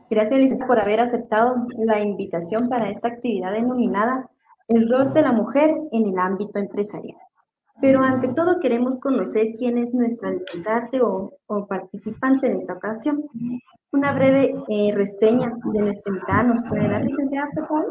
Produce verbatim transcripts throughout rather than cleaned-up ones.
Gracias, licenciada, por haber aceptado la invitación para esta actividad denominada El rol de la mujer en el ámbito empresarial. Pero ante todo queremos conocer quién es nuestra visitante o, o participante en esta ocasión. Una breve eh, reseña de nuestra invitada nos puede dar, licenciada, por favor.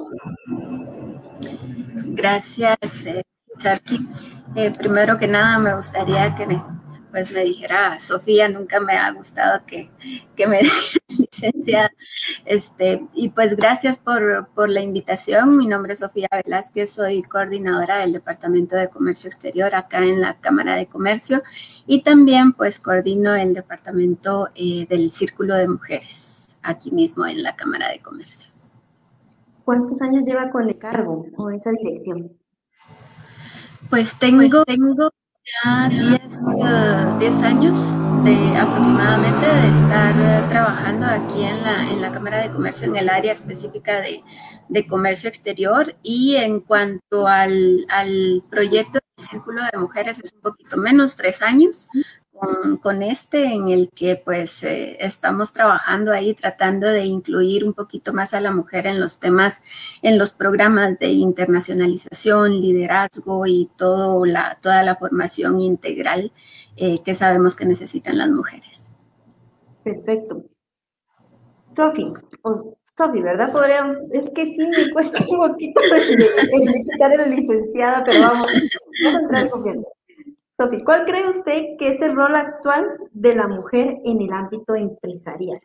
Gracias, eh, Charqui. Eh, primero que nada, me gustaría que me, pues me dijera, Sofía, nunca me ha gustado que, que me diga licenciada. Este, y pues gracias por, por la invitación. Mi nombre es Sofía Velázquez, soy coordinadora del Departamento de Comercio Exterior acá en la Cámara de Comercio y también pues coordino el Departamento eh, del Círculo de Mujeres, aquí mismo en la Cámara de Comercio. ¿Cuántos años lleva con el cargo o esa dirección? Pues tengo, pues tengo ya diez años de aproximadamente de estar trabajando aquí en la, en la Cámara de Comercio en el área específica de, de comercio exterior, y en cuanto al, al proyecto del Círculo de Mujeres es un poquito menos, tres años. Con, con este en el que pues eh, estamos trabajando ahí tratando de incluir un poquito más a la mujer en los temas, en los programas de internacionalización, liderazgo y todo la, toda la formación integral eh, que sabemos que necesitan las mujeres. Perfecto. Sofi, o Sofi, ¿verdad? Podría, es que sí me cuesta un poquito de quitar a la licenciada, pero vamos, vamos a entrar en confianza. Sofi, ¿cuál cree usted que es el rol actual de la mujer en el ámbito empresarial?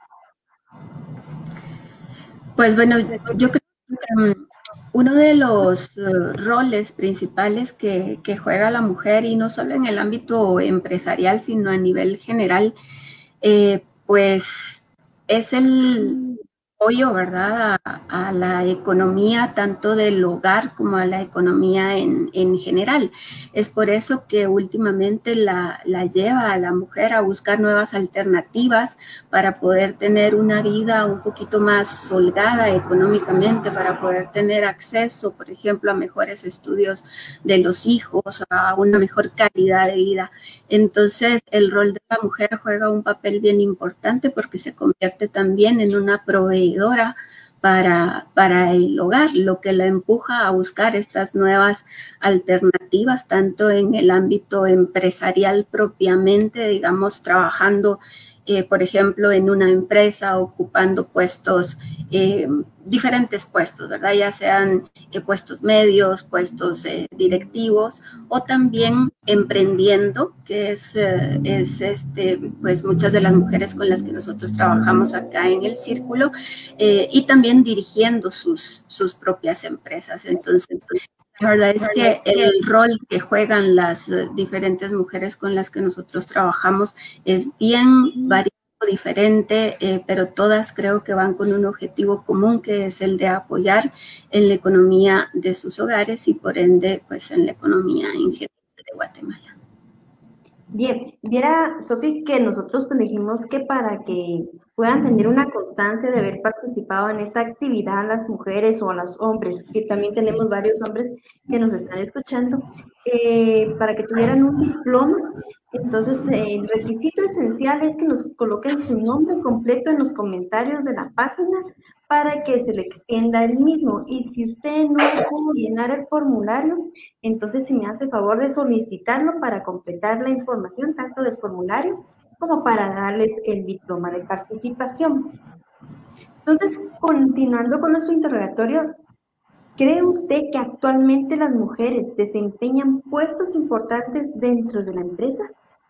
Pues bueno, yo creo que um, uno de los uh, roles principales que, que juega la mujer, y no solo en el ámbito empresarial, sino a nivel general, eh, pues es el apoyo, ¿verdad?, a, a la economía tanto del hogar como a la economía en, en general. Es por eso que últimamente la, la lleva a la mujer a buscar nuevas alternativas para poder tener una vida un poquito más holgada económicamente, para poder tener acceso, por ejemplo, a mejores estudios de los hijos, a una mejor calidad de vida. Entonces, el rol de la mujer juega un papel bien importante porque se convierte también en una proveedora para, para el hogar, lo que la empuja a buscar estas nuevas alternativas, tanto en el ámbito empresarial propiamente, digamos, trabajando, eh, por ejemplo, en una empresa, ocupando puestos, eh, diferentes puestos, ¿verdad? Ya sean eh, puestos medios, puestos eh, directivos, o también emprendiendo, que es, eh, es este, pues muchas de las mujeres con las que nosotros trabajamos acá en el círculo, eh, y también dirigiendo sus, sus propias empresas. Entonces, la verdad es que el rol que juegan las uh, diferentes mujeres con las que nosotros trabajamos es bien variado, diferente, eh, pero todas creo que van con un objetivo común, que es el de apoyar en la economía de sus hogares y por ende pues en la economía en general de Guatemala. Bien, viera, Sofi, que nosotros pues dijimos que para que puedan tener una constancia de haber participado en esta actividad las mujeres o los hombres, que también tenemos varios hombres que nos están escuchando, eh, para que tuvieran un diploma. Entonces, eh, el requisito esencial es que nos coloquen su nombre completo en los comentarios de la página para que se le extienda el mismo. Y si usted no pudo llenar el formulario, entonces si me hace favor de solicitarlo para completar la información tanto del formulario como para darles el diploma de participación. Entonces, continuando con nuestro interrogatorio, ¿cree usted que actualmente las mujeres desempeñan puestos importantes dentro de la empresa?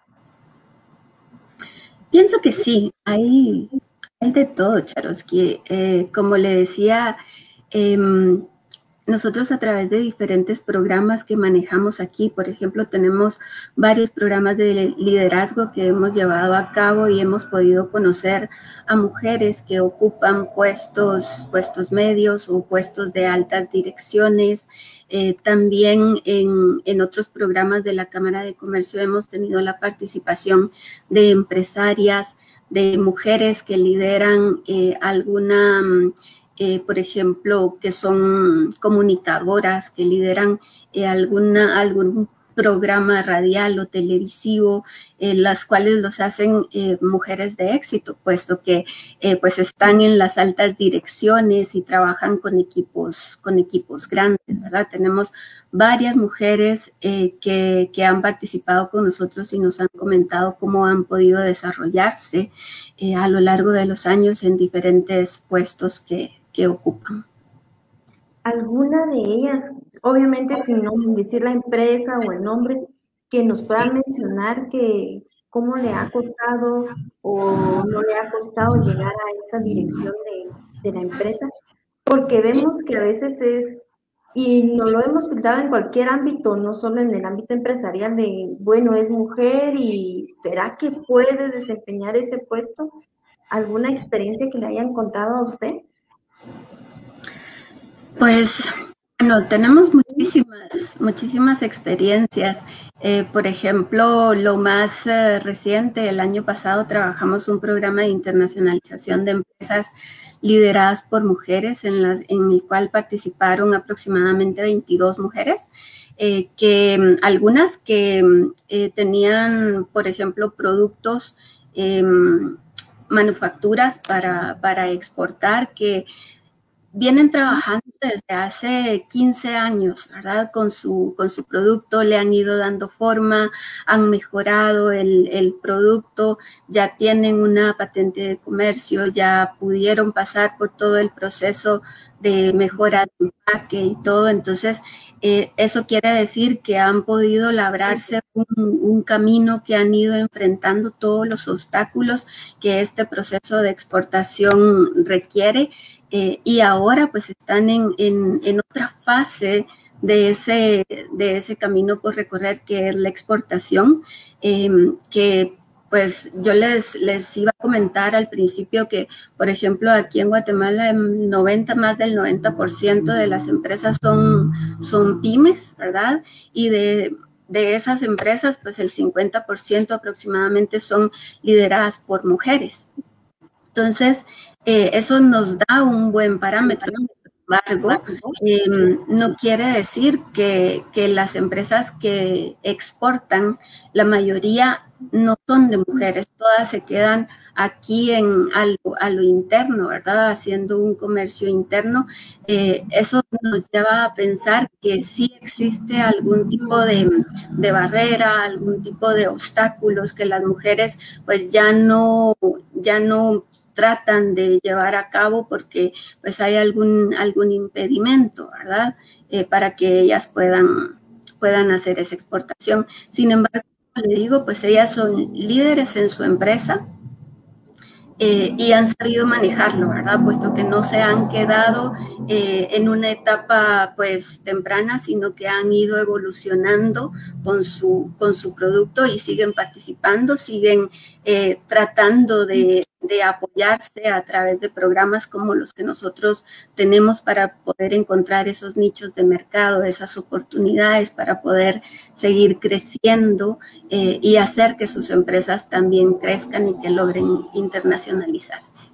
Pienso que sí, hay, hay de todo, Charosky. Eh, como le decía, eh, nosotros a través de diferentes programas que manejamos aquí, por ejemplo, tenemos varios programas de liderazgo que hemos llevado a cabo y hemos podido conocer a mujeres que ocupan puestos, puestos medios o puestos de altas direcciones. Eh, también en, en otros programas de la Cámara de Comercio hemos tenido la participación de empresarias, de mujeres que lideran eh, alguna... Eh, por ejemplo, que son comunicadoras, que lideran eh, alguna, algún programa radial o televisivo, eh, las cuales los hacen eh, mujeres de éxito, puesto que eh, pues están en las altas direcciones y trabajan con equipos, con equipos grandes, ¿verdad? Tenemos varias mujeres eh, que, que han participado con nosotros y nos han comentado cómo han podido desarrollarse eh, a lo largo de los años en diferentes puestos que, que ocupan. ¿Alguna de ellas, obviamente sin decir la empresa o el nombre, que nos pueda mencionar que cómo le ha costado o no le ha costado llegar a esa dirección de, de la empresa? Porque vemos que a veces es, y nos lo hemos pintado en cualquier ámbito, no solo en el ámbito empresarial, de, bueno, es mujer y ¿será que puede desempeñar ese puesto? ¿Alguna experiencia que le hayan contado a usted? Pues, bueno, tenemos muchísimas, muchísimas experiencias. Eh, por ejemplo, lo más eh, reciente, el año pasado trabajamos un programa de internacionalización de empresas lideradas por mujeres, en, la, en el cual participaron aproximadamente veintidós mujeres, eh, que algunas que eh, tenían, por ejemplo, productos, eh, manufacturas para, para exportar, que vienen trabajando desde hace quince años, ¿verdad? Con su, con su producto, le han ido dando forma, han mejorado el, el producto, ya tienen una patente de comercio, ya pudieron pasar por todo el proceso de mejora de empaque y todo. Entonces, eh, eso quiere decir que han podido labrarse un, un camino, que han ido enfrentando todos los obstáculos que este proceso de exportación requiere. Eh, y ahora pues están en, en, en otra fase de ese, de ese camino por recorrer, que es la exportación, eh, que pues yo les, les iba a comentar al principio que, por ejemplo, aquí en Guatemala el noventa, más del noventa por ciento de las empresas son, son pymes, ¿verdad? Y de, de esas empresas, pues el cincuenta por ciento aproximadamente son lideradas por mujeres. Entonces, eh, eso nos da un buen parámetro. Sin embargo, eh, no quiere decir que, que las empresas que exportan, la mayoría no son de mujeres, todas se quedan aquí en a lo, a lo interno, ¿verdad? Haciendo un comercio interno. Eh, eso nos lleva a pensar que sí existe algún tipo de, de barrera, algún tipo de obstáculos que las mujeres pues ya no, ya no tratan de llevar a cabo porque pues hay algún, algún impedimento, ¿verdad? Eh, para que ellas puedan, puedan hacer esa exportación. Sin embargo, le digo, pues ellas son líderes en su empresa, eh, y han sabido manejarlo, ¿verdad? Puesto que no se han quedado eh, en una etapa pues temprana, sino que han ido evolucionando con su, con su producto y siguen participando, siguen eh, tratando de, de apoyarse a través de programas como los que nosotros tenemos para poder encontrar esos nichos de mercado, esas oportunidades para poder seguir creciendo eh, y hacer que sus empresas también crezcan y que logren internacionalizarse.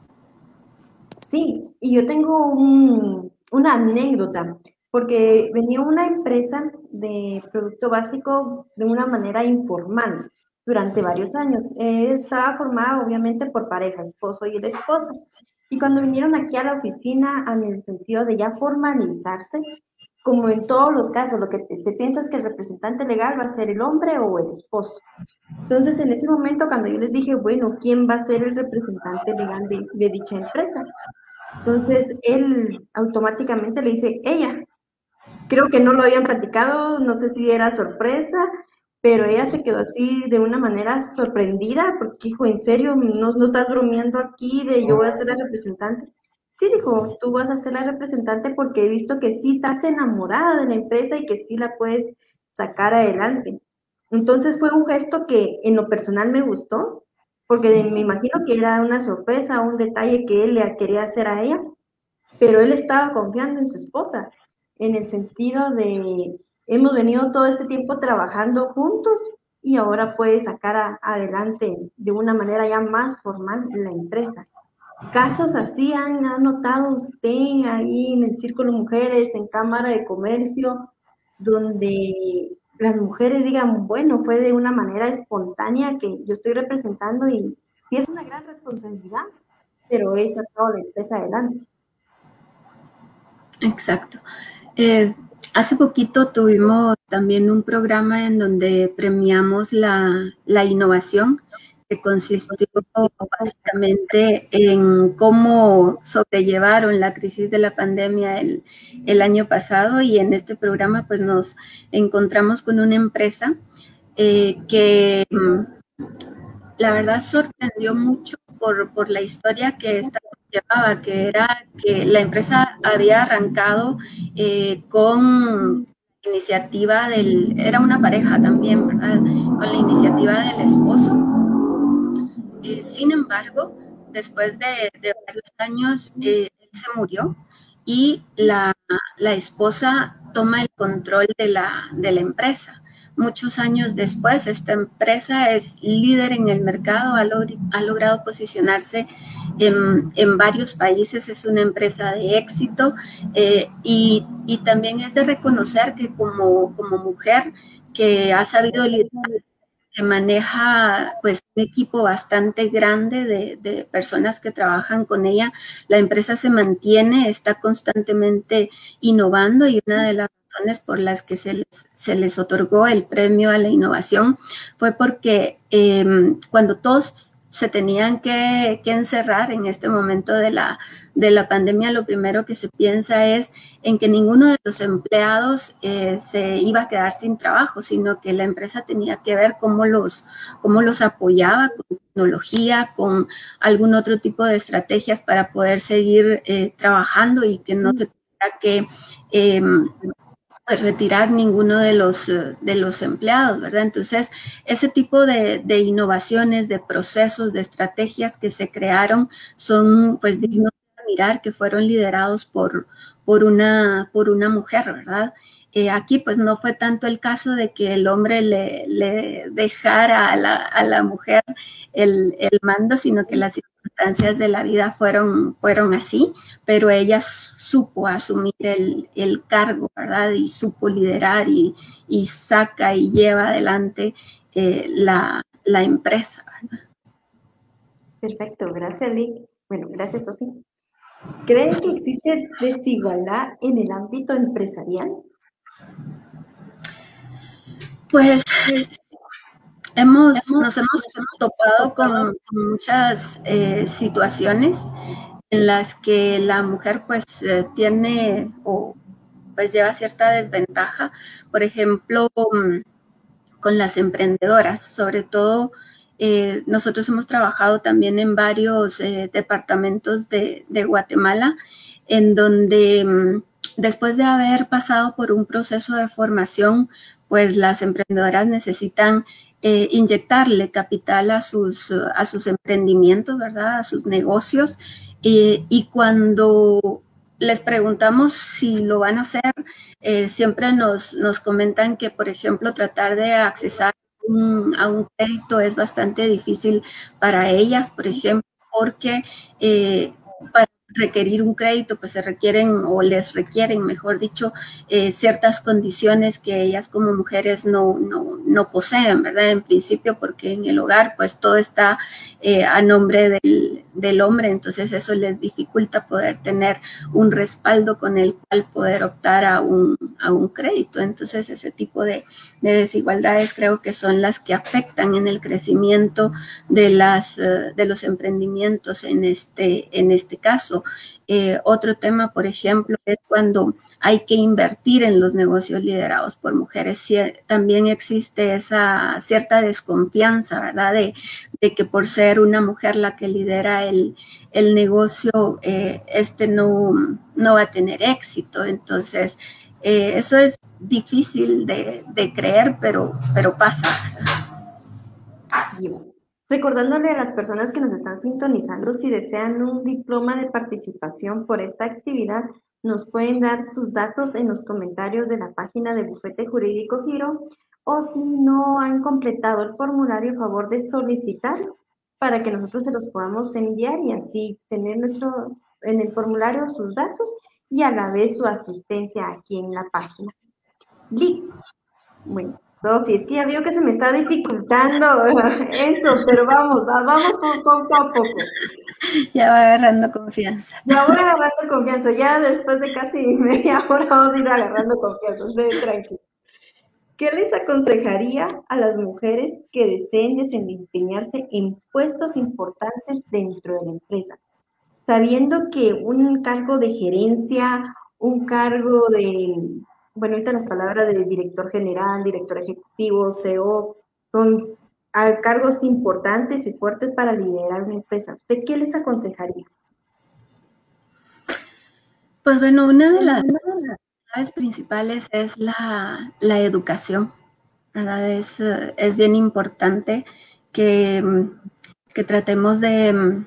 Sí, y yo tengo un, una anécdota, porque venía una empresa de producto básico de una manera informal durante varios años. Eh, estaba formada obviamente por pareja, esposo y el esposo. Y cuando vinieron aquí a la oficina, en el sentido de ya formalizarse, como en todos los casos, lo que se piensa es que el representante legal va a ser el hombre o el esposo. Entonces, en ese momento, cuando yo les dije, bueno, ¿quién va a ser el representante legal de, de dicha empresa? Entonces, él automáticamente le dice, ella. Creo que no lo habían platicado, no sé si era sorpresa, pero ella se quedó así de una manera sorprendida, porque dijo, ¿en serio? ¿No, no estás bromeando aquí de yo voy a ser la representante? Sí, dijo, tú vas a ser la representante porque he visto que sí estás enamorada de la empresa y que sí la puedes sacar adelante. Entonces fue un gesto que en lo personal me gustó, porque me imagino que era una sorpresa, un detalle que él le quería hacer a ella, pero él estaba confiando en su esposa, en el sentido de, hemos venido todo este tiempo trabajando juntos y ahora puede sacar a, adelante de una manera ya más formal la empresa. ¿Casos así han, ha notado usted ahí en el Círculo Mujeres, en Cámara de Comercio, donde las mujeres digan, bueno, fue de una manera espontánea que yo estoy representando y sí es una gran responsabilidad, pero he sacado la empresa adelante. Exacto. Eh, hace poquito tuvimos también un programa en donde premiamos la, la innovación, que consistió básicamente en cómo sobrellevaron la crisis de la pandemia el, el año pasado, y en este programa pues nos encontramos con una empresa eh, que la verdad sorprendió mucho por, por la historia que esta llevaba, que era que la empresa había arrancado eh, con iniciativa del, era una pareja también, ¿verdad? Con la iniciativa del esposo. Eh, sin embargo, después de, de varios años, eh, él se murió y la, la esposa toma el control de la, de la empresa. Muchos años después, esta empresa es líder en el mercado, ha, log ha logrado posicionarse en, en, varios países, es una empresa de éxito eh, y, y también es de reconocer que como, como mujer que ha sabido liderar, que maneja pues un equipo bastante grande de, de, personas que trabajan con ella. La empresa se mantiene, está constantemente innovando, y una de las razones por las que se les, se les otorgó el premio a la innovación fue porque eh, cuando todos se tenían que, que encerrar en este momento de la, de la pandemia, lo primero que se piensa es en que ninguno de los empleados eh, se iba a quedar sin trabajo, sino que la empresa tenía que ver cómo los, cómo los apoyaba con tecnología, con algún otro tipo de estrategias para poder seguir eh, trabajando y que no se tuviera que eh, retirar ninguno de los, de los empleados, ¿verdad? Entonces, ese tipo de, de innovaciones, de procesos, de estrategias que se crearon son, pues, dignos de admirar, que fueron liderados por, por, una, por una mujer, ¿verdad? Eh, aquí, pues, no fue tanto el caso de que el hombre le, le dejara a la, a la mujer el, el mando, sino que las circunstancias de la vida fueron, fueron así, pero ella supo asumir el, el cargo, ¿verdad? Y supo liderar y, y saca y lleva adelante eh, la, la empresa, ¿verdad? Perfecto, gracias, Lick. Bueno, gracias, Sofía. ¿Creen que existe desigualdad en el ámbito empresarial? Pues hemos, nos hemos topado con, con muchas eh, situaciones en las que la mujer pues eh, tiene o pues lleva cierta desventaja, por ejemplo, con las emprendedoras, sobre todo eh, nosotros hemos trabajado también en varios eh, departamentos de, de Guatemala, en donde después de haber pasado por un proceso de formación, pues las emprendedoras necesitan eh, inyectarle capital a sus, a sus emprendimientos, ¿verdad? A sus negocios. Eh, y cuando les preguntamos si lo van a hacer, eh, siempre nos, nos comentan que, por ejemplo, tratar de accesar un, a un crédito es bastante difícil para ellas, por ejemplo, porque eh, para requerir un crédito, pues se requieren o les requieren, mejor dicho, eh, ciertas condiciones que ellas como mujeres no, no, no poseen, ¿verdad? En principio, porque en el hogar, pues todo está eh, a nombre del, del hombre, entonces eso les dificulta poder tener un respaldo con el cual poder optar a un, a un crédito. Entonces, ese tipo de, de desigualdades creo que son las que afectan en el crecimiento de, las, uh, de los emprendimientos en este, en este caso. Eh, otro tema, por ejemplo, es cuando hay que invertir en los negocios liderados por mujeres. También existe esa cierta desconfianza, ¿verdad? De, de que por ser una mujer la que lidera el, el negocio, eh, este no, no va a tener éxito. Entonces, eh, eso es difícil de, de creer, pero, pero pasa. Bien. Recordándole a las personas que nos están sintonizando, si desean un diploma de participación por esta actividad, nos pueden dar sus datos en los comentarios de la página de Bufete Jurídico Giro, o si no han completado el formulario, a favor de solicitar para que nosotros se los podamos enviar y así tener nuestro, en el formulario sus datos y a la vez su asistencia aquí en la página. Lick. Bueno, Sofi, es que ya veo que se me está dificultando eso, pero vamos, vamos poco a poco. Ya va agarrando confianza. Ya voy agarrando confianza, ya después de casi media hora vamos a ir agarrando confianza, esté tranquilo. ¿Qué les aconsejaría a las mujeres que deseen desempeñarse en puestos importantes dentro de la empresa? Sabiendo que un cargo de gerencia, un cargo de, bueno, ahorita las palabras de director general, director ejecutivo, C E O, son cargos importantes y fuertes para liderar una empresa. ¿Usted qué les aconsejaría? Pues bueno, una de las claves principales es la, la educación, ¿verdad? Es, es bien importante que, que tratemos de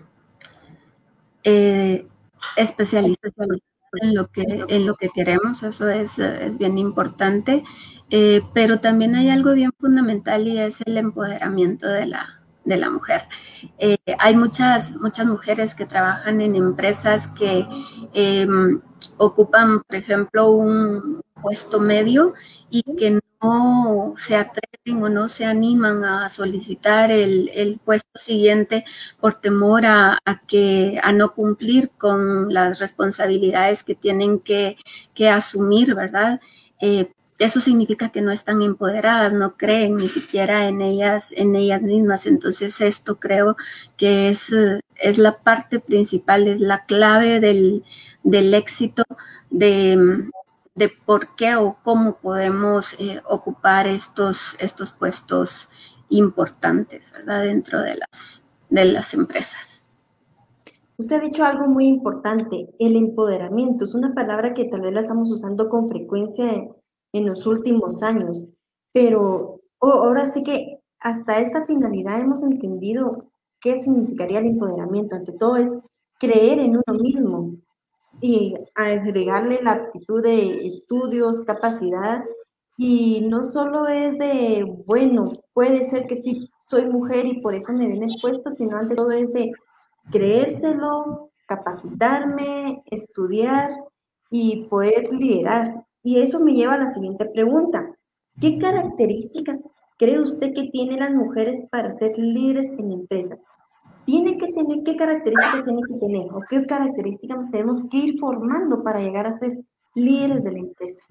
eh, especializarnos en lo que, en lo que queremos, eso es, es bien importante, eh, pero también hay algo bien fundamental y es el empoderamiento de la, de la mujer. Eh, hay muchas, muchas mujeres que trabajan en empresas que eh, ocupan, por ejemplo, un puesto medio y que no se atreven o no se animan a solicitar el, el puesto siguiente por temor a, a, que, a no cumplir con las responsabilidades que tienen que, que asumir, ¿verdad? Eh, eso significa que no están empoderadas, no creen ni siquiera en ellas, en ellas mismas. Entonces esto creo que es, es la parte principal, es la clave del, del éxito de, de por qué o cómo podemos eh, ocupar estos, estos puestos importantes, ¿verdad? Dentro de las, de las empresas. Usted ha dicho algo muy importante, el empoderamiento. Es una palabra que tal vez la estamos usando con frecuencia en, en los últimos años, pero oh, ahora sí que hasta esta finalidad hemos entendido qué significaría el empoderamiento. Ante todo es creer en uno mismo y agregarle la aptitud de estudios, capacidad, y no solo es de, bueno, puede ser que sí soy mujer y por eso me den el puesto, sino ante todo es de creérselo, capacitarme, estudiar y poder liderar. Y eso me lleva a la siguiente pregunta. ¿Qué características cree usted que tienen las mujeres para ser líderes en la empresa? ¿Tiene que tener, qué características tiene que tener o qué características tenemos que ir formando para llegar a ser líderes de la empresa?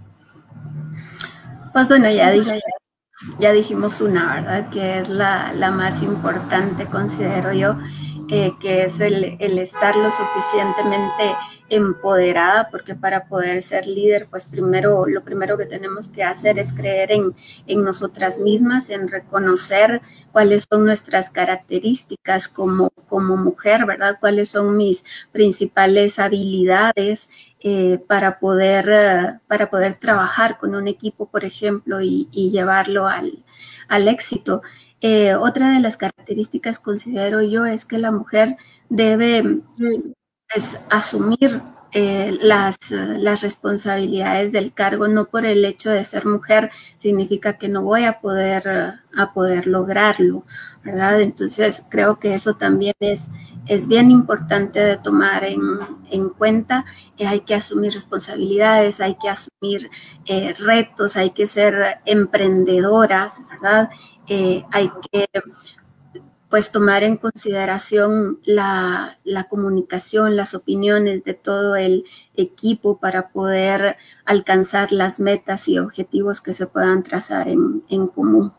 Pues bueno, ya dije, ya dijimos una, ¿verdad? Que es la, la más importante, considero yo, eh, que es el, el estar lo suficientemente empoderada, porque para poder ser líder, pues primero, lo primero que tenemos que hacer es creer en, en nosotras mismas, en reconocer cuáles son nuestras características como, como mujer, ¿verdad? Cuáles son mis principales habilidades, Eh, para, poder, uh, para poder trabajar con un equipo, por ejemplo, y, y llevarlo al, al éxito. Eh, otra de las características, considero yo, es que la mujer debe pues, asumir eh, las, las responsabilidades del cargo, no por el hecho de ser mujer significa que no voy a poder, a poder lograrlo, ¿verdad? Entonces creo que eso también es, es bien importante de tomar en, en cuenta. Eh, hay que asumir responsabilidades, hay que asumir eh, retos, hay que ser emprendedoras, ¿verdad? Eh, hay que pues tomar en consideración la, la, comunicación, las opiniones de todo el equipo para poder alcanzar las metas y objetivos que se puedan trazar en, en común.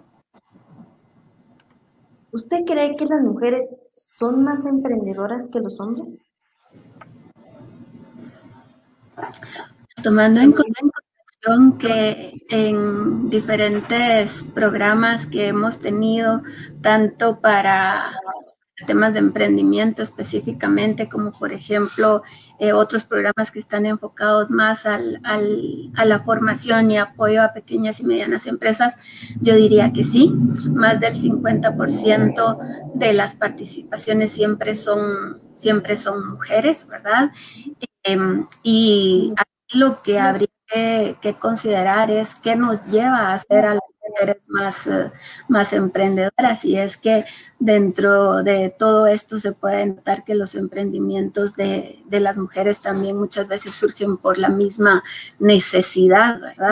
¿Usted cree que las mujeres son más emprendedoras que los hombres? Tomando en consideración que en diferentes programas que hemos tenido, tanto para temas de emprendimiento específicamente, como por ejemplo eh, otros programas que están enfocados más al, al, a la formación y apoyo a pequeñas y medianas empresas, yo diría que sí, más del cincuenta por ciento de las participaciones siempre son, siempre son mujeres, ¿verdad? Eh, y lo que habría que, que considerar es qué nos lleva a ser a las mujeres más, uh, más emprendedoras, y es que dentro de todo esto se puede notar que los emprendimientos de, de las mujeres también muchas veces surgen por la misma necesidad, ¿verdad?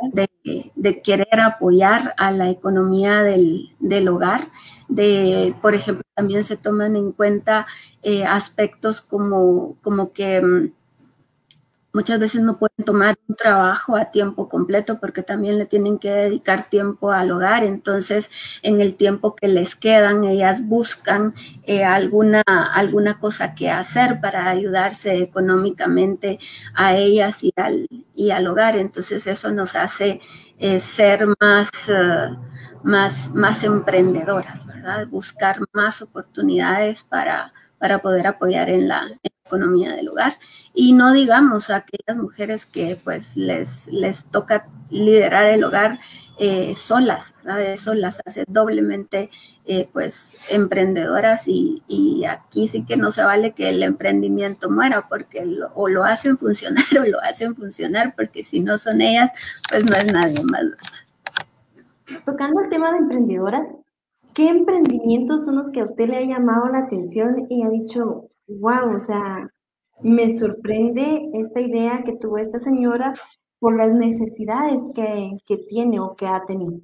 de, de querer apoyar a la economía del, del hogar. De, por ejemplo, también se toman en cuenta eh, aspectos como, como que muchas veces no pueden tomar un trabajo a tiempo completo porque también le tienen que dedicar tiempo al hogar. Entonces, en el tiempo que les quedan, ellas buscan eh, alguna, alguna cosa que hacer para ayudarse económicamente a ellas y al, y al hogar. Entonces, eso nos hace eh, ser más... Uh, más, más emprendedoras, ¿verdad? Buscar más oportunidades para, para poder apoyar en la, en la economía del hogar. Y no digamos a aquellas mujeres que pues les, les toca liderar el hogar eh, solas, ¿verdad? Eso las hace doblemente eh, pues emprendedoras y, y aquí sí que no se vale que el emprendimiento muera porque lo, o lo hacen funcionar o lo hacen funcionar porque si no son ellas pues no es nadie más. Tocando el tema de emprendedoras, ¿qué emprendimientos son los que a usted le ha llamado la atención y ha dicho, wow, o sea, me sorprende esta idea que tuvo esta señora por las necesidades que, que tiene o que ha tenido?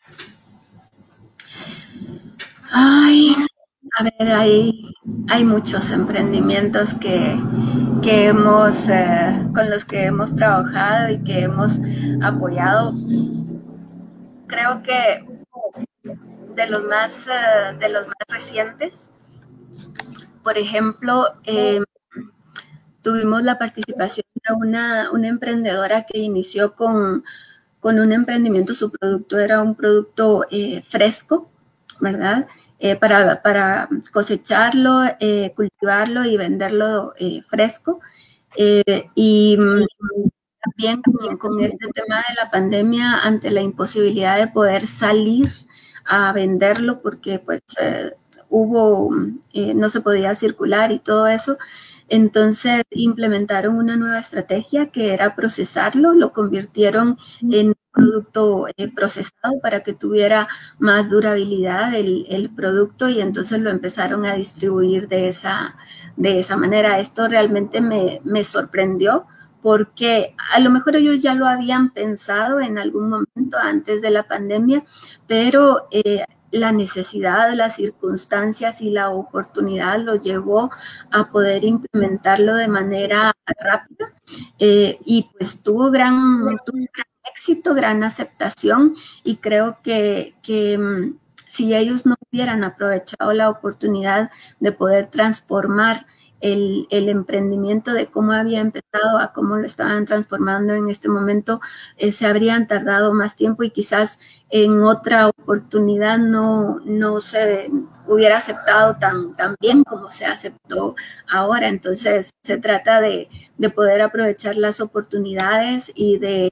Ay, a ver, hay, hay muchos emprendimientos que, que hemos, eh, con los que hemos trabajado y que hemos apoyado. Creo que de los más, uh, de los más recientes, por ejemplo, eh, tuvimos la participación de una, una emprendedora que inició con, con un emprendimiento, su producto era un producto eh, fresco, ¿verdad? Eh, para, para cosecharlo, eh, cultivarlo y venderlo eh, fresco. Eh, y también con, con este tema de la pandemia, ante la imposibilidad de poder salir a venderlo porque pues eh, hubo, eh, no se podía circular y todo eso, entonces implementaron una nueva estrategia que era procesarlo, lo convirtieron en un producto eh, procesado para que tuviera más durabilidad el, el, producto y entonces lo empezaron a distribuir de esa, de esa manera. Esto realmente me, me sorprendió porque a lo mejor ellos ya lo habían pensado en algún momento antes de la pandemia, pero eh, la necesidad, las circunstancias y la oportunidad los llevó a poder implementarlo de manera rápida eh, y pues tuvo gran, tuvo gran éxito, gran aceptación y creo que, que um, si ellos no hubieran aprovechado la oportunidad de poder transformar El, el, emprendimiento de cómo había empezado a cómo lo estaban transformando en este momento, eh, se habrían tardado más tiempo y quizás en otra oportunidad no, no se hubiera aceptado tan, tan bien como se aceptó ahora. Entonces se trata de, de poder aprovechar las oportunidades y de,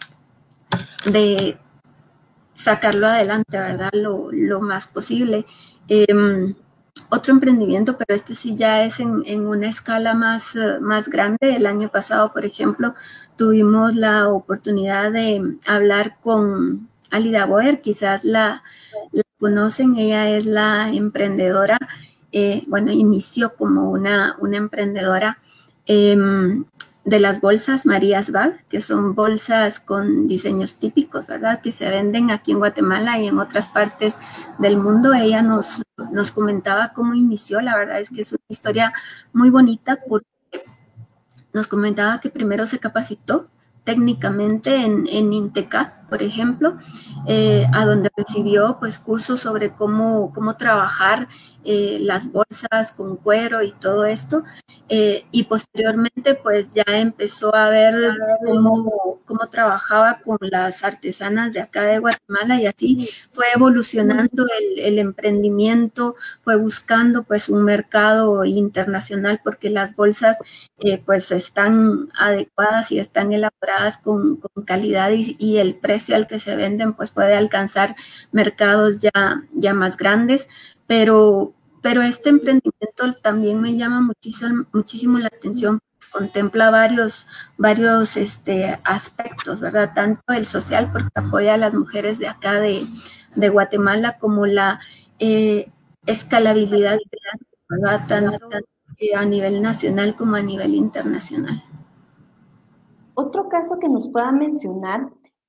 de sacarlo adelante, ¿verdad? Lo, lo más posible. Eh, otro emprendimiento, pero este sí ya es en, en una escala más, uh, más grande. El año pasado, por ejemplo, tuvimos la oportunidad de hablar con Alida Boer, quizás la, la conocen, ella es la emprendedora, eh, bueno, inició como una, una emprendedora eh, de las bolsas Marías Bag, que son bolsas con diseños típicos, ¿verdad? Que se venden aquí en Guatemala y en otras partes del mundo. Ella nos, nos comentaba cómo inició, la verdad es que es una historia muy bonita porque nos comentaba que primero se capacitó técnicamente en, en INTECA, por ejemplo, eh, a donde recibió pues cursos sobre cómo, cómo trabajar eh, las bolsas con cuero y todo esto, eh, y posteriormente pues ya empezó a ver cómo, cómo trabajaba con las artesanas de acá de Guatemala y así fue evolucionando el, el emprendimiento, fue buscando pues un mercado internacional porque las bolsas eh, pues están adecuadas y están elaboradas con, con calidad y, y el precio al que se venden pues puede alcanzar mercados ya, ya más grandes, pero, pero este emprendimiento también me llama muchísimo, muchísimo la atención, contempla varios, varios este, aspectos, ¿verdad? Tanto el social, porque apoya a las mujeres de acá de, de Guatemala, como la eh, escalabilidad, ¿verdad? Tanto, a nivel nacional como a nivel internacional. Otro caso que nos pueda mencionar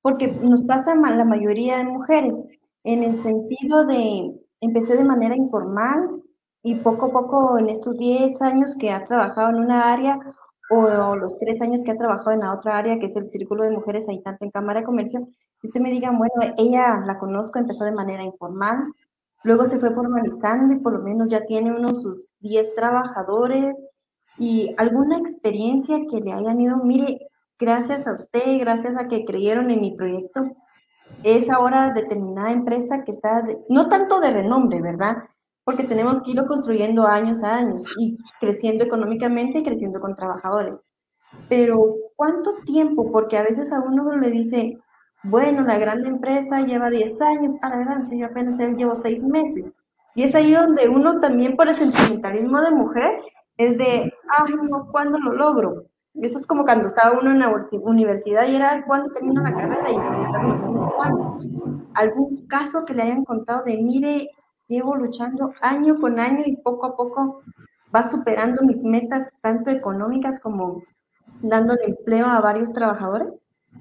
porque nos pasa a la mayoría de mujeres, en el sentido de, empecé de manera informal y poco a poco en estos diez años que ha trabajado en una área o los tres años que ha trabajado en la otra área, que es el Círculo de Mujeres, ahí tanto en Cámara de Comercio, que usted me diga, bueno, ella la conozco, empezó de manera informal, luego se fue formalizando y por lo menos ya tiene unos sus diez trabajadores y alguna experiencia que le hayan ido, mire, gracias a usted, gracias a que creyeron en mi proyecto, es ahora determinada empresa que está, de, no tanto de renombre, ¿verdad? Porque tenemos que irlo construyendo años a años y creciendo económicamente y creciendo con trabajadores. Pero, ¿cuánto tiempo? Porque a veces a uno le dice, bueno, la gran empresa lleva diez años, a la gran, yo apenas llevo seis meses. Y es ahí donde uno también por el sentimentalismo de mujer es de, ay, no, ¿cuándo lo logro? Y eso es como cuando estaba uno en la universidad y era, ¿cuándo termino la carrera? Y pasaron los cinco años. ¿Algún caso que le hayan contado de, mire, llevo luchando año con año y poco a poco va superando mis metas, tanto económicas como dándole empleo a varios trabajadores?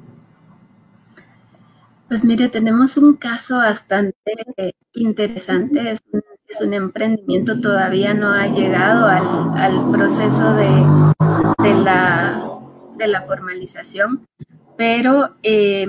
Pues mire, tenemos un caso bastante interesante, es un, es un emprendimiento, todavía no ha llegado al, al proceso de, de, la, de la formalización, pero eh,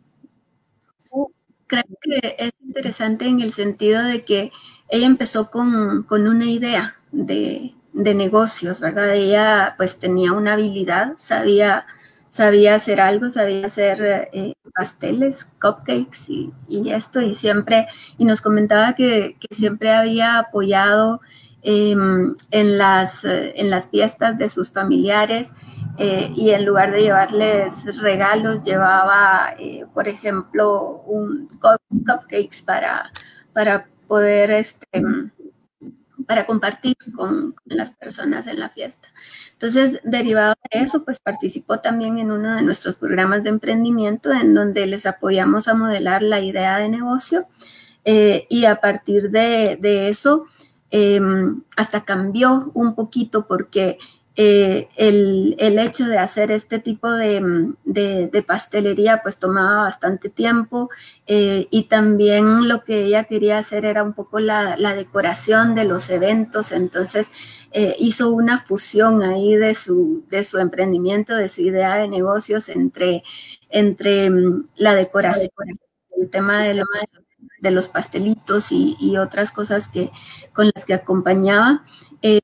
creo que es interesante en el sentido de que ella empezó con, con una idea de, de negocios, ¿verdad? Ella pues tenía una habilidad, sabía, sabía hacer algo, sabía hacer eh, pasteles, cupcakes y, y, esto, y siempre, y nos comentaba que, que siempre había apoyado eh, en, las, en las fiestas de sus familiares. Eh, y en lugar de llevarles regalos, llevaba, eh, por ejemplo, un cup cupcakes para, para poder, este, para compartir con, con las personas en la fiesta. Entonces, derivado de eso, pues participó también en uno de nuestros programas de emprendimiento en donde les apoyamos a modelar la idea de negocio eh, y a partir de, de eso, eh, hasta cambió un poquito porque Eh, el, el, hecho de hacer este tipo de, de, de pastelería pues tomaba bastante tiempo eh, y también lo que ella quería hacer era un poco la, la decoración de los eventos, entonces eh, hizo una fusión ahí de su, de su emprendimiento, de su idea de negocios entre, entre la decoración, el tema de los, de los pastelitos y, y otras cosas que, con las que acompañaba. Eh,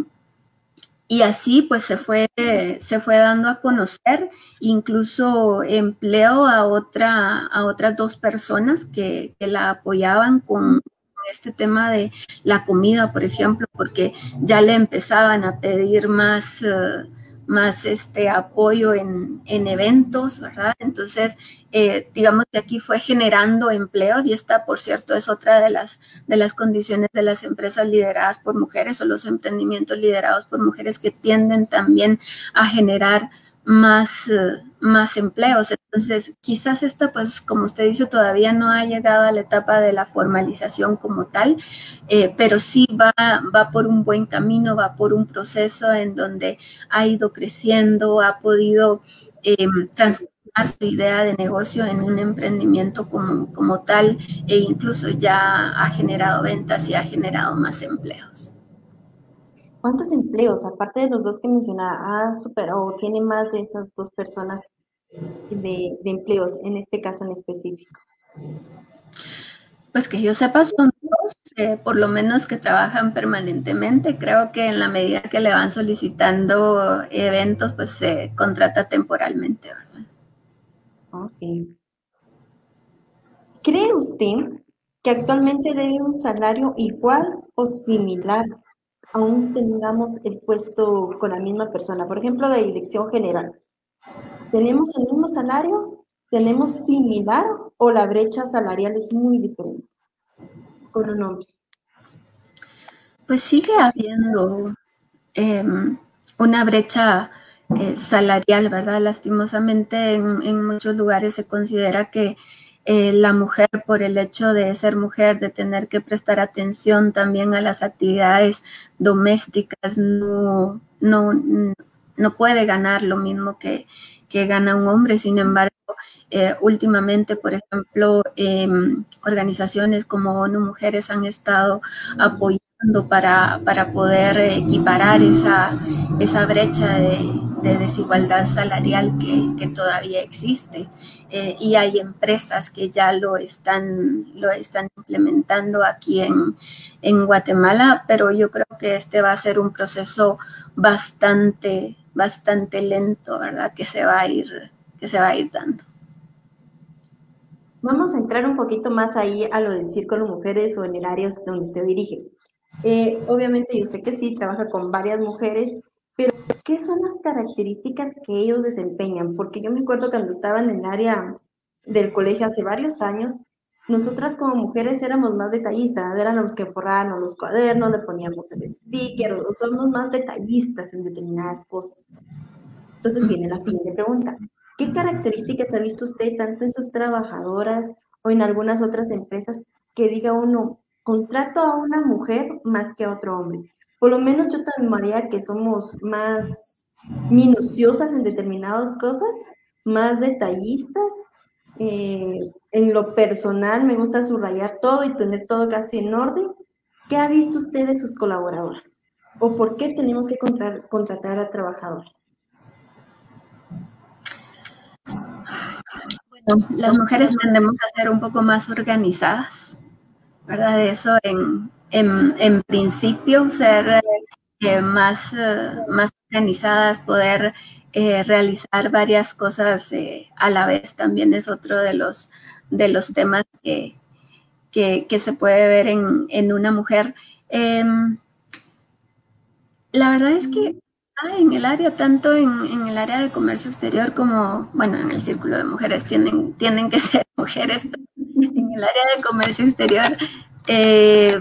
Y así pues se fue, se fue dando a conocer, incluso empleó a, otra, a otras dos personas que, que la apoyaban con este tema de la comida, por ejemplo, porque ya le empezaban a pedir más, uh, más este apoyo en, en eventos, ¿verdad? Entonces, eh, digamos que aquí fue generando empleos y esta, por cierto, es otra de las, de las condiciones de las empresas lideradas por mujeres o los emprendimientos liderados por mujeres que tienden también a generar más, uh, más empleos. Entonces, quizás esta, pues, como usted dice, todavía no ha llegado a la etapa de la formalización como tal, eh, pero sí va, va por un buen camino, va por un proceso en donde ha ido creciendo, ha podido eh, transformar su idea de negocio en un emprendimiento como, como tal e incluso ya ha generado ventas y ha generado más empleos. ¿Cuántos empleos, aparte de los dos que mencionaba, ha superado o tiene más de esas dos personas de, de empleos en este caso en específico? Pues que yo sepa son dos, eh, por lo menos que trabajan permanentemente. Creo que en la medida que le van solicitando eventos, pues se contrata temporalmente, ¿verdad? Ok. ¿Cree usted que actualmente debe un salario igual o similar aún tengamos el puesto con la misma persona? Por ejemplo, de dirección general. ¿Tenemos el mismo salario? ¿Tenemos similar o la brecha salarial es muy diferente con un hombre? Pues sigue habiendo eh, una brecha eh, salarial, ¿verdad? Lastimosamente en, en, muchos lugares se considera que eh, la mujer, por el hecho de ser mujer, de tener que prestar atención también a las actividades domésticas, no, no, no puede ganar lo mismo que, que gana un hombre. Sin embargo, Eh, últimamente, por ejemplo, eh, organizaciones como ONU Mujeres han estado apoyando para, para poder equiparar esa, esa brecha de, de desigualdad salarial que, que todavía existe. Eh, y hay empresas que ya lo están, lo están implementando aquí en, en Guatemala, pero yo creo que este va a ser un proceso bastante, bastante lento, ¿verdad? Que se va a ir, que se va a ir dando. Vamos a entrar un poquito más ahí a lo de Círculo Mujeres o en el área donde usted dirige. Eh, obviamente yo sé que sí, trabaja con varias mujeres, pero ¿qué son las características que ellos desempeñan? Porque yo me acuerdo cuando estaba en el área del colegio hace varios años, nosotras como mujeres éramos más detallistas, éramos los que forrábamos los cuadernos, le poníamos el sticker, o somos más detallistas en determinadas cosas. Entonces viene la siguiente pregunta. ¿Qué características ha visto usted tanto en sus trabajadoras o en algunas otras empresas que diga uno, contrato a una mujer más que a otro hombre? Por lo menos yo tomaría que somos más minuciosas en determinadas cosas, más detallistas. Eh, en lo personal me gusta subrayar todo y tener todo casi en orden. ¿Qué ha visto usted de sus colaboradoras? ¿O por qué tenemos que contratar, contratar a trabajadoras? Bueno, las mujeres tendemos a ser un poco más organizadas, ¿verdad? Eso en, en, en principio, ser eh, más, eh, más organizadas, poder eh, realizar varias cosas eh, a la vez también es otro de los, de los temas que, que, que se puede ver en, en una mujer. Eh, la verdad es que ah, en el área, tanto en, en, el área de comercio exterior como, bueno, en el círculo de mujeres tienen, tienen que ser mujeres, pero en el área de comercio exterior eh,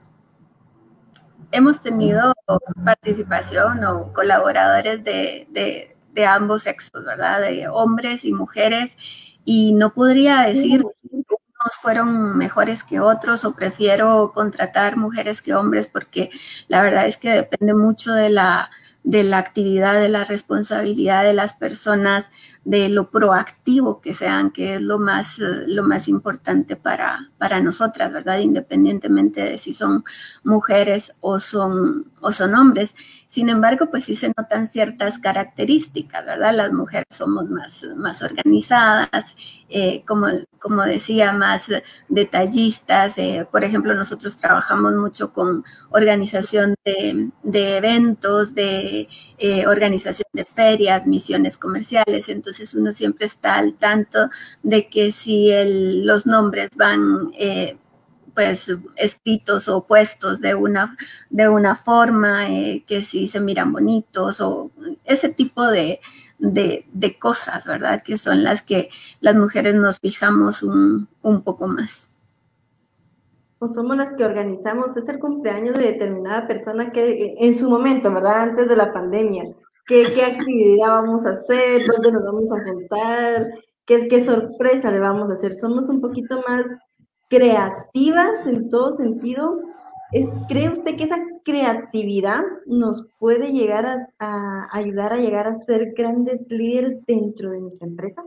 hemos tenido participación o colaboradores de, de, de, ambos sexos, ¿verdad? De hombres y mujeres, y no podría decir que unos fueron mejores que otros o prefiero contratar mujeres que hombres, porque la verdad es que depende mucho de la, de la actividad, de la responsabilidad de las personas, de lo proactivo que sean, que es lo más, lo más importante para, para nosotras, ¿verdad? Independientemente de si son mujeres o son, o son hombres. Sin embargo, pues sí se notan ciertas características, ¿verdad? Las mujeres somos más, más organizadas, eh, como, como decía, más detallistas. Eh, por ejemplo, nosotros trabajamos mucho con organización de, de eventos, de eh, organización de ferias, misiones comerciales. Entonces uno siempre está al tanto de que si el, los nombres van... Eh, pues escritos o puestos de una, de una forma, eh, que si se miran bonitos o ese tipo de, de, de, cosas, ¿verdad? Que son las que las mujeres nos fijamos un, un poco más. O somos las que organizamos, es el cumpleaños de determinada persona que en su momento, ¿verdad? Antes de la pandemia, ¿qué, qué actividad vamos a hacer? ¿Dónde nos vamos a juntar? ¿Qué, qué sorpresa le vamos a hacer? Somos un poquito más creativas en todo sentido. Es, ¿cree usted que esa creatividad nos puede llegar a, a ayudar a llegar a ser grandes líderes dentro de nuestra empresa?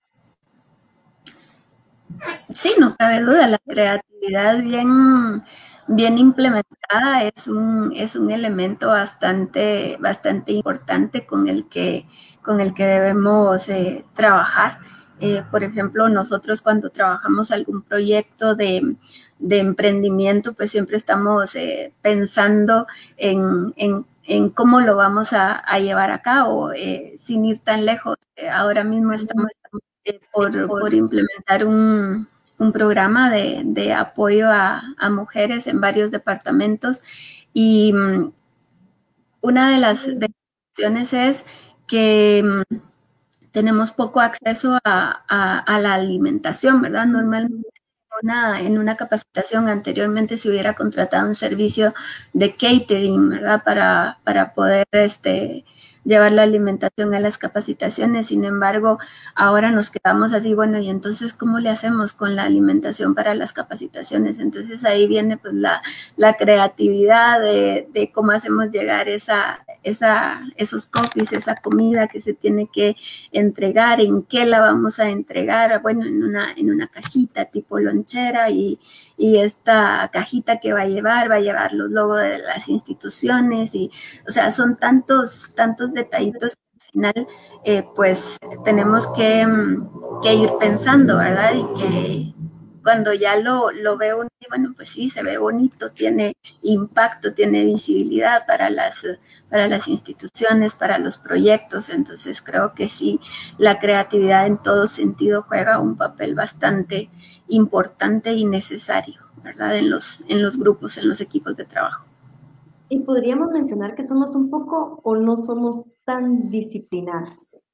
Sí, no cabe duda, la creatividad bien, bien implementada es un, es un elemento bastante, bastante importante con el que, con el que debemos eh, trabajar. Eh, por ejemplo, nosotros cuando trabajamos algún proyecto de, de emprendimiento, pues siempre estamos eh, pensando en, en, en, cómo lo vamos a, a llevar a cabo, eh, sin ir tan lejos. Eh, ahora mismo estamos eh, por, por implementar un, un programa de, de apoyo a, a mujeres en varios departamentos, y um, una de las, de las cuestiones es que um, tenemos poco acceso a, a, a la alimentación, ¿verdad? Normalmente una, en una capacitación anteriormente se hubiera contratado un servicio de catering, ¿verdad? Para, para poder este, llevar la alimentación a las capacitaciones. Sin embargo, ahora nos quedamos así, bueno, y entonces, ¿cómo le hacemos con la alimentación para las capacitaciones? Entonces ahí viene pues la, la creatividad de, de cómo hacemos llegar esa, esa, esos copies, esa comida que se tiene que entregar, en qué la vamos a entregar, bueno, en una, en una cajita tipo lonchera, y, y esta cajita que va a llevar, va a llevar los logos de las instituciones, y o sea, son tantos, tantos detallitos que al final eh, pues tenemos que, que ir pensando, ¿verdad? Y que cuando ya lo, lo veo, bueno, pues sí, se ve bonito, tiene impacto, tiene visibilidad para las, para las instituciones, para los proyectos. Entonces creo que sí, la creatividad en todo sentido juega un papel bastante importante y necesario, ¿verdad? En los, en los grupos, en los equipos de trabajo. Y podríamos mencionar que somos un poco o no somos tan disciplinadas.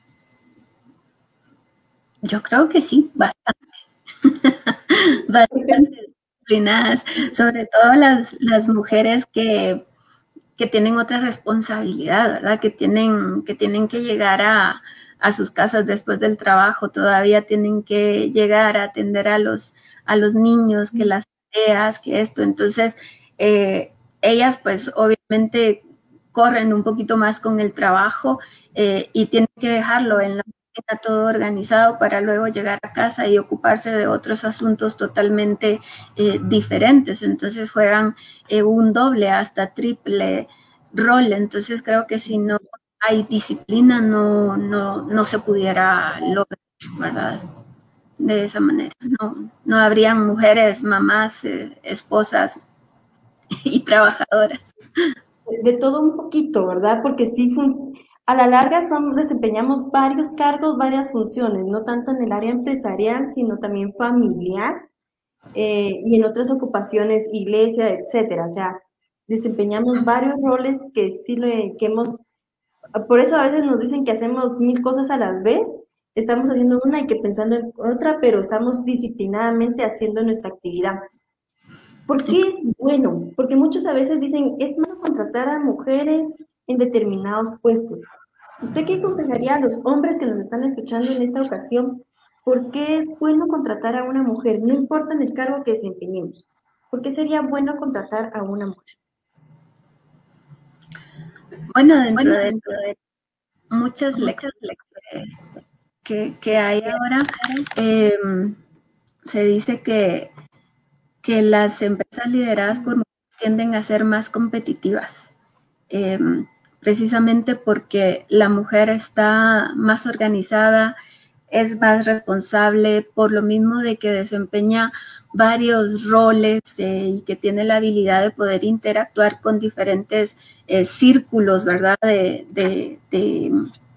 Yo creo que sí, bastante. Bastante disciplinadas, sobre todo las, las mujeres que, que tienen otra responsabilidad, ¿verdad? Que tienen que, tienen que llegar a, a sus casas después del trabajo, todavía tienen que llegar a atender a los, a los niños, que las tareas, que esto. Entonces, eh, ellas pues obviamente corren un poquito más con el trabajo eh, y tienen que dejarlo en la oficina todo organizado para luego llegar a casa y ocuparse de otros asuntos totalmente eh, diferentes. Entonces juegan eh, un doble hasta triple rol. Entonces creo que si no hay disciplina no, no, no se pudiera lograr, ¿verdad? De esa manera. No, no habrían mujeres, mamás, eh, esposas y trabajadoras. De todo un poquito, ¿verdad? Porque sí, a la larga son, desempeñamos varios cargos, varias funciones, no tanto en el área empresarial, sino también familiar eh, y en otras ocupaciones, iglesia, etcétera. O sea, desempeñamos varios roles que sí lo que hemos, por eso a veces nos dicen que hacemos mil cosas a la vez, estamos haciendo una y que pensando en otra, pero estamos disciplinadamente haciendo nuestra actividad. ¿Por qué es bueno? Porque muchos a veces dicen, es malo contratar a mujeres en determinados puestos. ¿Usted qué aconsejaría a los hombres que nos están escuchando en esta ocasión? ¿Por qué es bueno contratar a una mujer? No importa en el cargo que desempeñemos. ¿Por qué sería bueno contratar a una mujer? Bueno, dentro de, de muchas lecciones que, que hay ahora, eh, se dice que, que las empresas lideradas por mujeres tienden a ser más competitivas, eh, precisamente porque la mujer está más organizada, es más responsable, por lo mismo de que desempeña varios roles eh, y que tiene la habilidad de poder interactuar con diferentes eh, círculos, ¿verdad? De, de, de,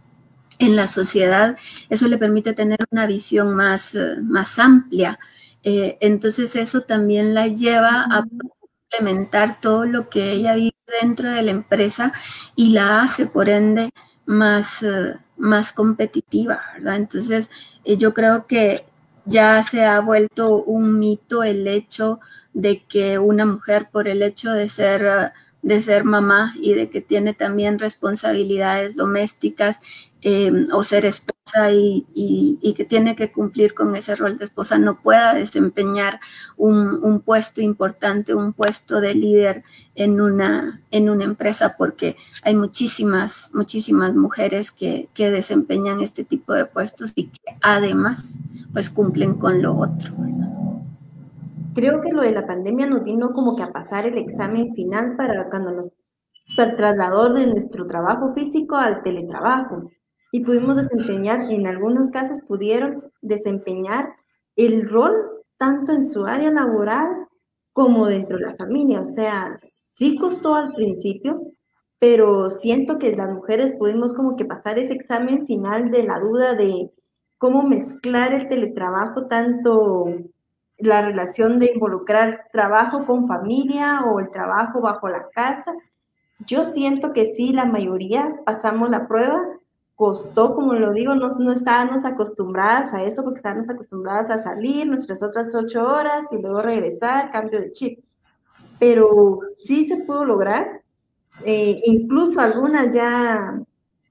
en la sociedad. Eso le permite tener una visión más, uh, más amplia. Eh, entonces eso también la lleva a implementar todo lo que ella vive dentro de la empresa y la hace, por ende, más, uh, más competitiva, ¿verdad? Entonces, eh, yo creo que ya se ha vuelto un mito el hecho de que una mujer, por el hecho de ser, uh, de ser mamá y de que tiene también responsabilidades domésticas, eh, o ser esposa y, y, y que tiene que cumplir con ese rol de esposa, no pueda desempeñar un, un puesto importante, un puesto de líder en una, en una empresa, porque hay muchísimas, muchísimas mujeres que, que desempeñan este tipo de puestos y que además pues cumplen con lo otro, ¿verdad? Creo que lo de la pandemia nos vino como que a pasar el examen final para cuando nos trasladó de nuestro trabajo físico al teletrabajo y pudimos desempeñar, en algunos casos pudieron desempeñar el rol tanto en su área laboral como dentro de la familia. O sea, sí costó al principio, pero siento que las mujeres pudimos como que pasar ese examen final de la duda de cómo mezclar el teletrabajo, tanto la relación de involucrar trabajo con familia o el trabajo bajo la casa. Yo siento que sí, la mayoría pasamos la prueba, costó, como lo digo, no, no estábamos acostumbradas a eso porque estábamos acostumbradas a salir nuestras otras ocho horas y luego regresar, cambio de chip. Pero sí se pudo lograr, eh, incluso algunas ya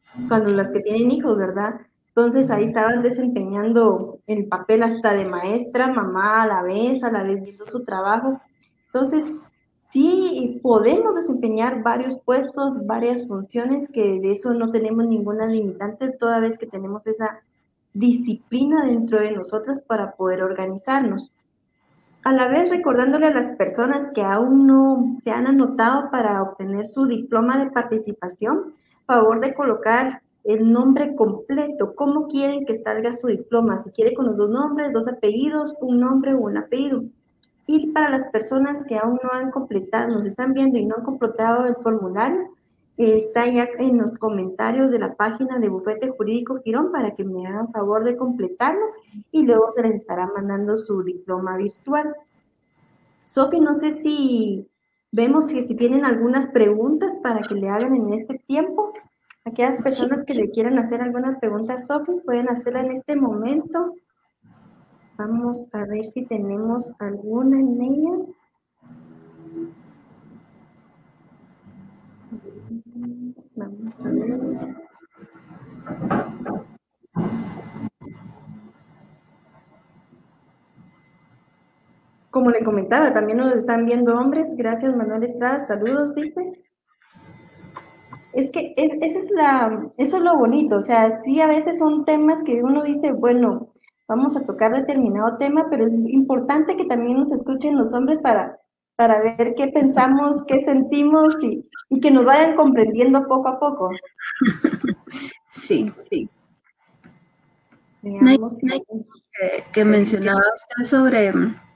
cuando las que tienen hijos, ¿verdad? Entonces ahí estaban desempeñando el papel hasta de maestra, mamá a la vez, a la vez viendo su trabajo. Entonces, sí podemos desempeñar varios puestos, varias funciones, que de eso no tenemos ninguna limitante, toda vez que tenemos esa disciplina dentro de nosotras para poder organizarnos. A la vez recordándole a las personas que aún no se han anotado para obtener su diploma de participación, favor de colocar el nombre completo, cómo quieren que salga su diploma, si quiere con los dos nombres, dos apellidos, un nombre o un apellido. Y para las personas que aún no han completado, nos están viendo y no han completado el formulario, está ya en los comentarios de la página de Bufete Jurídico Girón para que me hagan favor de completarlo y luego se les estará mandando su diploma virtual. Sofi, no sé si vemos si, si tienen algunas preguntas para que le hagan en este tiempo. Aquellas personas que le quieran hacer alguna pregunta a Sofi pueden hacerla en este momento. Vamos a ver si tenemos alguna en ella. Vamos a ver. Como le comentaba, también nos están viendo hombres. Gracias, Manuel Estrada. Saludos, dice. Es que es, esa es la, eso es lo bonito. O sea, sí, a veces son temas que uno dice, bueno, vamos a tocar determinado tema, pero es importante que también nos escuchen los hombres para, para ver qué pensamos, qué sentimos y, y que nos vayan comprendiendo poco a poco. Sí, sí. Veamos si que, que mencionaba usted sobre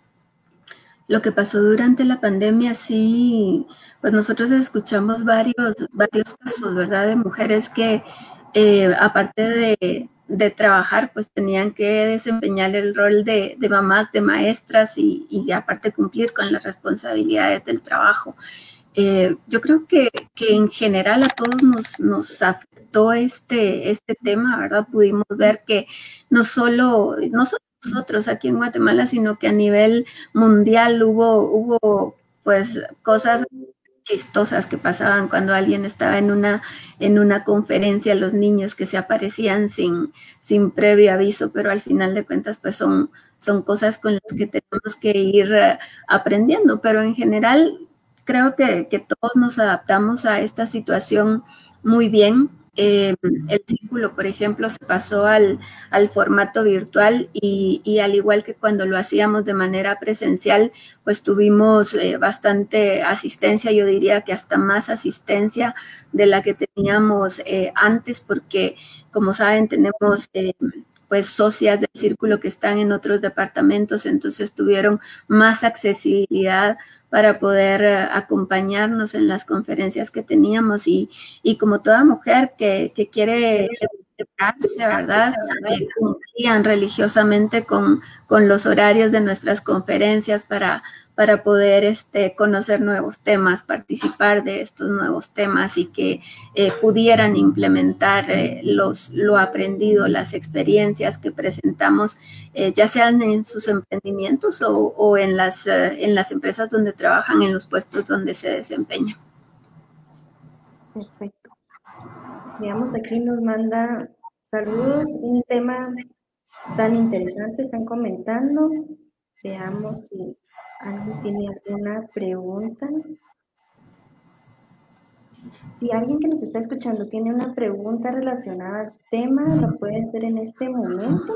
lo que pasó durante la pandemia, sí, pues nosotros escuchamos varios, varios casos, ¿verdad? De mujeres que, eh, aparte de, de trabajar, pues tenían que desempeñar el rol de, de mamás, de maestras y, y aparte cumplir con las responsabilidades del trabajo. Eh, yo creo que, que en general a todos nos, nos afectó este, este tema, ¿verdad? Pudimos ver que no solo, no solo nosotros aquí en Guatemala, sino que a nivel mundial hubo, hubo pues cosas chistosas que pasaban cuando alguien estaba en una, en una conferencia, los niños que se aparecían sin, sin previo aviso, pero al final de cuentas pues son, son cosas con las que tenemos que ir uh, aprendiendo, pero en general creo que, que todos nos adaptamos a esta situación muy bien. Eh, el círculo, por ejemplo, se pasó al, al formato virtual y, y, al igual que cuando lo hacíamos de manera presencial, pues tuvimos eh, bastante asistencia, yo diría que hasta más asistencia de la que teníamos eh, antes, porque como saben tenemos eh, pues socias del círculo que están en otros departamentos, entonces tuvieron más accesibilidad para poder uh, acompañarnos en las conferencias que teníamos y, y como toda mujer que, que quiere educarse, ¿verdad? Eh, cumplían religiosamente con, con los horarios de nuestras conferencias para, para poder este, conocer nuevos temas, participar de estos nuevos temas y que eh, pudieran implementar eh, los, lo aprendido, las experiencias que presentamos, eh, ya sean en sus emprendimientos o, o en, las, eh, en las empresas donde trabajan, en los puestos donde se desempeñan. Perfecto. Veamos, aquí nos manda saludos, un tema tan interesante, están comentando. Veamos si alguien tiene alguna pregunta. Si alguien que nos está escuchando tiene una pregunta relacionada al tema, la puede hacer en este momento.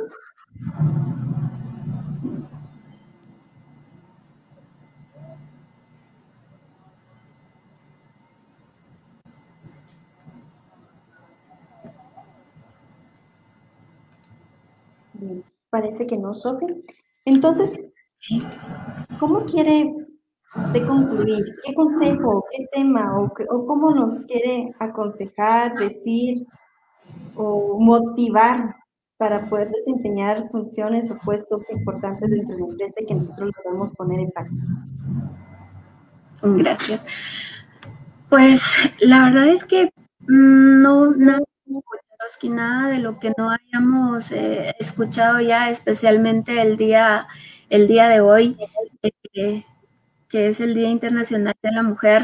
Bien, parece que no, Sofi. Entonces, ¿cómo quiere usted concluir? ¿Qué consejo, qué tema o, o cómo nos quiere aconsejar, decir o motivar para poder desempeñar funciones o puestos importantes dentro de la empresa y que nosotros lo podamos poner en práctica? Gracias. Pues la verdad es que no, nada, nada de lo que no hayamos eh, escuchado ya, especialmente el día, el día de hoy, eh, que es el Día Internacional de la Mujer.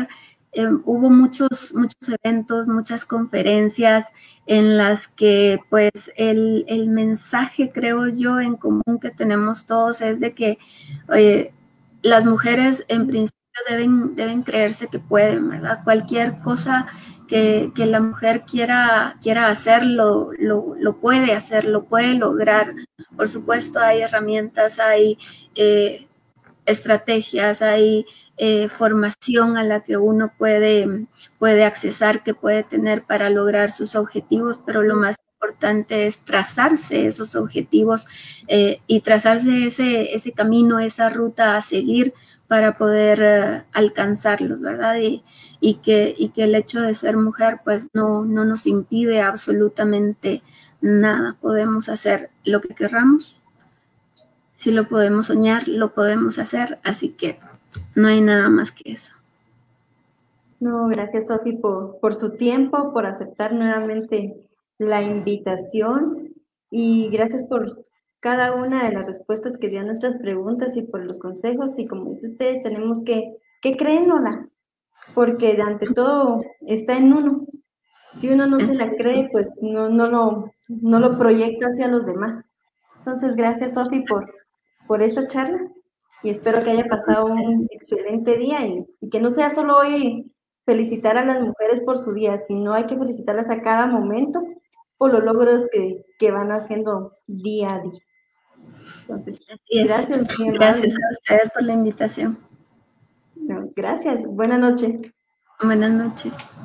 eh, hubo muchos, muchos eventos, muchas conferencias en las que pues el, el mensaje, creo yo, en común que tenemos todos es de que eh, las mujeres en principio deben, deben creerse que pueden, ¿verdad? Cualquier cosa que, que la mujer quiera, quiera hacer, lo, lo, lo, puede hacer, lo puede lograr. Por supuesto, hay herramientas, hay eh, estrategias, hay eh, formación a la que uno puede, puede accesar, que puede tener para lograr sus objetivos, pero lo más importante es trazarse esos objetivos eh, y trazarse ese, ese camino, esa ruta a seguir para poder uh, alcanzarlos, ¿verdad? Y, y, que, y que el hecho de ser mujer pues no, no nos impide absolutamente nada. Podemos hacer lo que querramos. Si lo podemos soñar, lo podemos hacer, así que no hay nada más que eso. No, gracias Sofi por, por su tiempo, por aceptar nuevamente la invitación y gracias por cada una de las respuestas que dio a nuestras preguntas y por los consejos. Y como dice usted, tenemos que, que creérnosla, porque ante todo está en uno. Si uno no se la cree, pues no, no, lo, no lo proyecta hacia los demás. Entonces, gracias Sofi por, por esta charla y espero que haya pasado un excelente día y, y que no sea solo hoy felicitar a las mujeres por su día, sino hay que felicitarlas a cada momento por los logros que, que van haciendo día a día. Entonces, gracias, muy amable. Gracias a ustedes por la invitación. No, gracias, buenas noches. Buenas noches.